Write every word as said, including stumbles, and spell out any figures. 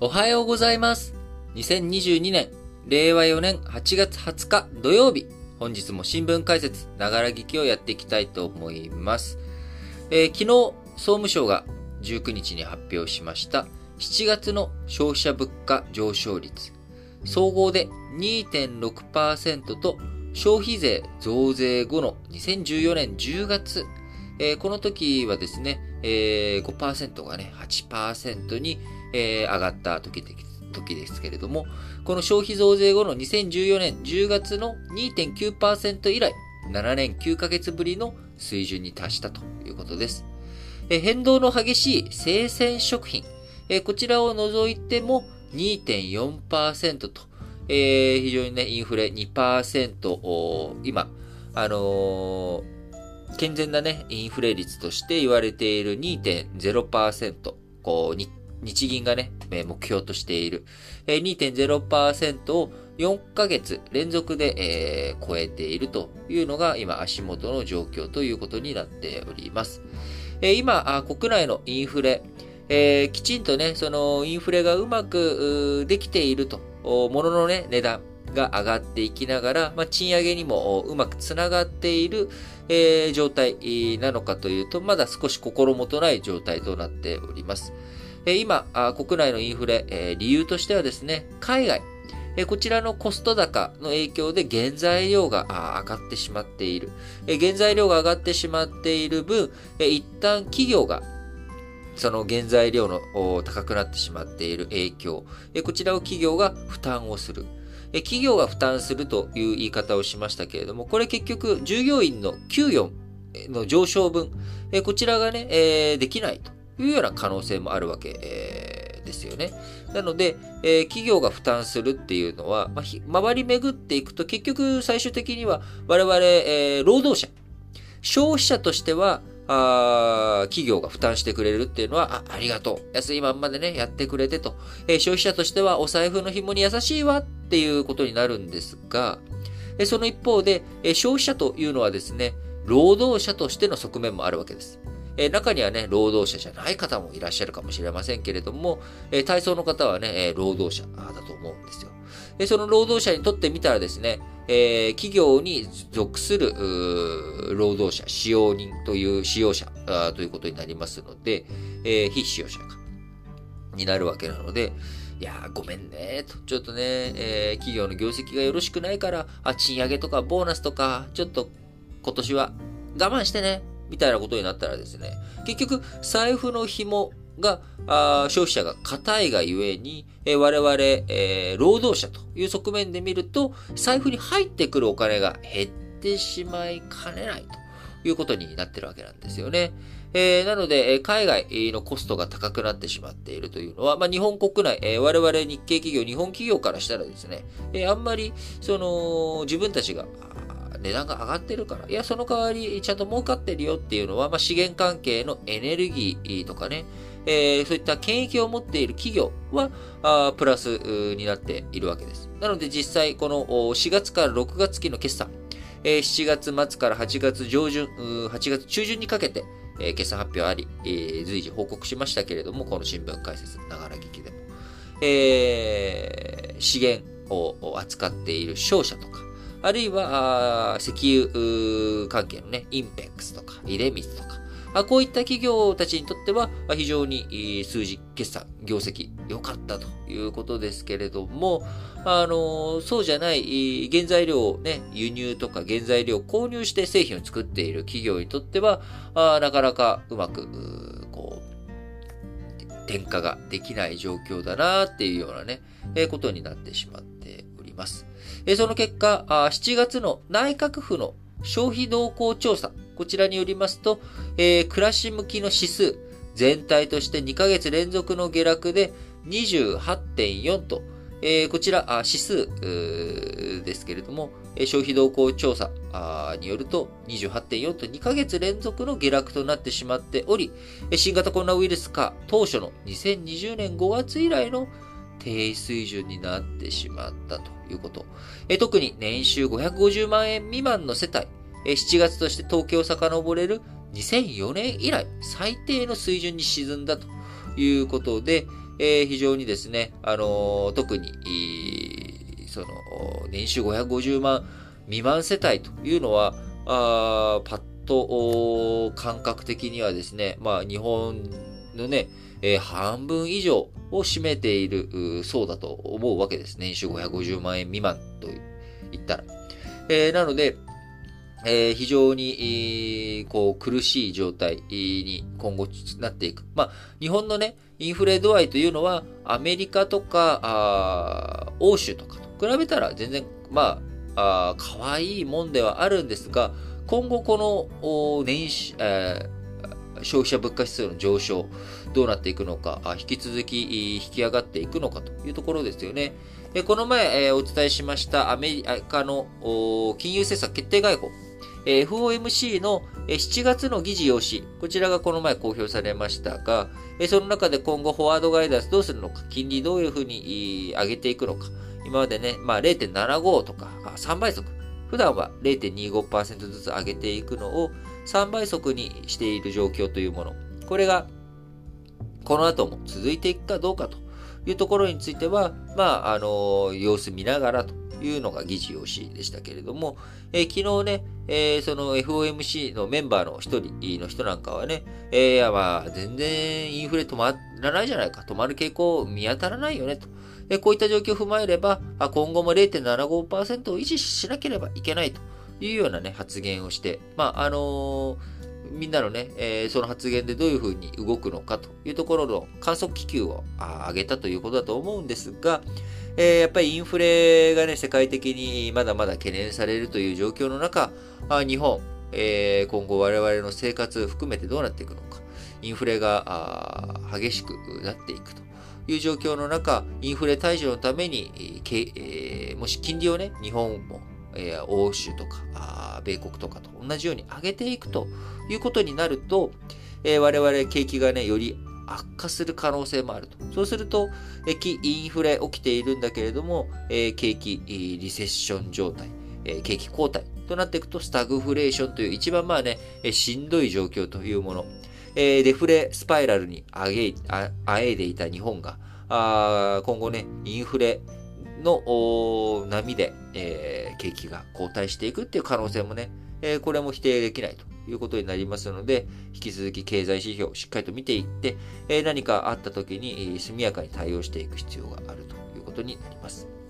おはようございます。にせんにじゅうにねん、れいわよねんはちがつはつか土曜日、本日も新聞解説、ながら聞きをやっていきたいと思います。えー、昨日、総務省がじゅうくにちに発表しましたしちがつの消費者物価上昇率、総合で にてんろくパーセント と消費税増税後のにせんじゅうよねんじゅうがつ、えー、この時はですね、えー、ごパーセント がね、はちパーセント に、えー、上がった時で、時ですけれども、この消費増税後のにせんじゅうよねんじゅうがつの にてんきゅうパーセント 以来、ななねんきゅうかげつぶりの水準に達したということです。えー、変動の激しい生鮮食品、えー、こちらを除いても にてんよんパーセント と、えー、非常にね、インフレ にパーセント、今、あのー、健全なね、インフレ率として言われている にてんゼロパーセント、こう、日銀がね、目標としている にてんゼロパーセント をよんかげつ連続で、えー、超えているというのが今足元の状況ということになっております。えー、今、国内のインフレ、えー、きちんとね、そのインフレがうまくできていると、物のね、値段が上がっていきながら、まあ、賃上げにもうまくつながっている、えー、状態なのかというと、まだ少し心もとない状態となっております。えー、今、国内のインフレ、えー、理由としてはですね、海外、えー、こちらのコスト高の影響で原材料が上がってしまっている。えー、原材料が上がってしまっている分、えー、一旦企業がその原材料の高くなってしまっている影響、えー、こちらを企業が負担をする。企業が負担するという言い方をしましたけれども、これ結局従業員の給与の上昇分、こちらがね、えー、できないというような可能性もあるわけ、えー、ですよね。なので、えー、企業が負担するっていうのは、まあ、回り巡っていくと結局最終的には我々、えー、労働者、消費者としてはあ企業が負担してくれるっていうのは、あ、ありがとう。安いまんまでね、やってくれてと。えー、消費者としてはお財布の紐に優しいわっていうことになるんですが、えー、その一方で、えー、消費者というのはですね、労働者としての側面もあるわけです。えー、中にはね、労働者じゃない方もいらっしゃるかもしれませんけれども、えー、対象の方はね、えー、労働者だと思うんですよ。えー、その労働者にとってみたらですね、えー、企業に属する労働者、使用人という使用者ということになりますので、えー、非使用者になるわけなので、いやーごめんねと、ちょっとね、えー、企業の業績がよろしくないから、あ、賃上げとかボーナスとか、ちょっと今年は我慢してね、みたいなことになったらですね、結局財布の紐があ消費者が硬いがゆえに、えー、我々、えー、労働者という側面で見ると財布に入ってくるお金が減ってしまいかねないということになってるわけなんですよね。えー、なので、海外のコストが高くなってしまっているというのは、まあ、日本国内、えー、我々日系企業、日本企業からしたらですね、えー、あんまりその自分たちが値段が上がってるから、いや、その代わりちゃんと儲かってるよっていうのは、まあ、資源関係のエネルギーとかね、えー、そういった権益を持っている企業は、あプラスになっているわけです。なので実際、このしがつからろくがつ期の決算、えー、しちがつ末からはちがつ上旬、はちがつ中旬にかけて、えー、決算発表あり、えー、随時報告しましたけれども、この新聞解説、ながら聞きでも、えー、資源を扱っている商社とか、あるいは、石油関係のね、インペックスとか、イレミスとか、こういった企業たちにとっては、非常に数字、決算、業績、良かったということですけれども、あの、そうじゃない、原材料をね、輸入とか原材料を購入して製品を作っている企業にとっては、なかなかうまく、こう、転嫁ができない状況だなっていうようなね、ことになってしまっております。その結果、しちがつの内閣府の消費動向調査、こちらによりますと、えー、暮らし向きの指数、全体としてにかげつ連続の下落で にじゅうはちてんよん と、えー、こちら指数ですけれども、消費動向調査によると にじゅうはちてんよん とにかげつ連続の下落となってしまっており、新型コロナウイルス化当初のにせんにじゅうねんごがつ以来の低水準になってしまったということ。特に年収ごひゃくごじゅうまんえん未満の世帯、しちがつとして統計を遡れるにせんよねん以来最低の水準に沈んだということで、 えー、非常にですね、あのー、特に、その、年収ごひゃくごじゅうまん未満世帯というのは、あパッと感覚的にはですね、まあ日本のね、えー、半分以上を占めているそうだと思うわけです。年収ごひゃくごじゅうまんえん未満と言ったら。えー、なので、えー、非常に、えー、こう苦しい状態に今後なっていく。まあ、日本のね、インフレ度合いというのは、アメリカとか、あ欧州とかと比べたら全然、まあ、あ可愛いもんではあるんですが、今後この年収、えー、消費者物価指数の上昇、どうなっていくのか、引き続き引き上がっていくのかというところですよね。この前お伝えしましたアメリカの金融政策決定会合、エフオーエムシー のしちがつの議事要旨、こちらがこの前公表されましたが、その中で今後フォワードガイダンスどうするのか、金利どういうふうに上げていくのか、今までね、まあ れいてんななご とかさんばい速、普段は れいてんにごパーセント ずつ上げていくのをさんばい速にしている状況というもの、これがこの後も続いていくかどうかというところについては、まあ、あの、様子見ながらというのが議事要旨でしたけれども、えー、昨日ね、えー、その エフオーエムシー のメンバーの一人の人なんかはね、えー、いやまあ、全然インフレ止まらないじゃないか、止まる傾向見当たらないよねと。でこういった状況を踏まえれば、今後も れいてんななごパーセント を維持しなければいけないというようなね、発言をして、まあ、あのーみんなのね、えー、その発言でどういうふうに動くのかというところの観測気球を上げたということだと思うんですが、えー、やっぱりインフレがね、世界的にまだまだ懸念されるという状況の中、日本、えー、今後我々の生活含めてどうなっていくのか、インフレが激しくなっていくという状況の中、インフレ対処のために、えー、もし金利をね、日本もえー、欧州とか米国とかと同じように上げていくということになると、えー、我々景気がね、より悪化する可能性もあると。そうすると、えー、インフレ起きているんだけれども、えー、景気リセッション状態、えー、景気後退となっていくと、スタグフレーションという一番まあね、しんどい状況というもの、えー、デフレスパイラルにあげああえいでいた日本が、あ今後ね、インフレの波で、えー、景気が後退していくっていう可能性もね、えー、これも否定できないということになりますので、引き続き経済指標をしっかりと見ていって、えー、何かあった時に速やかに対応していく必要があるということになります。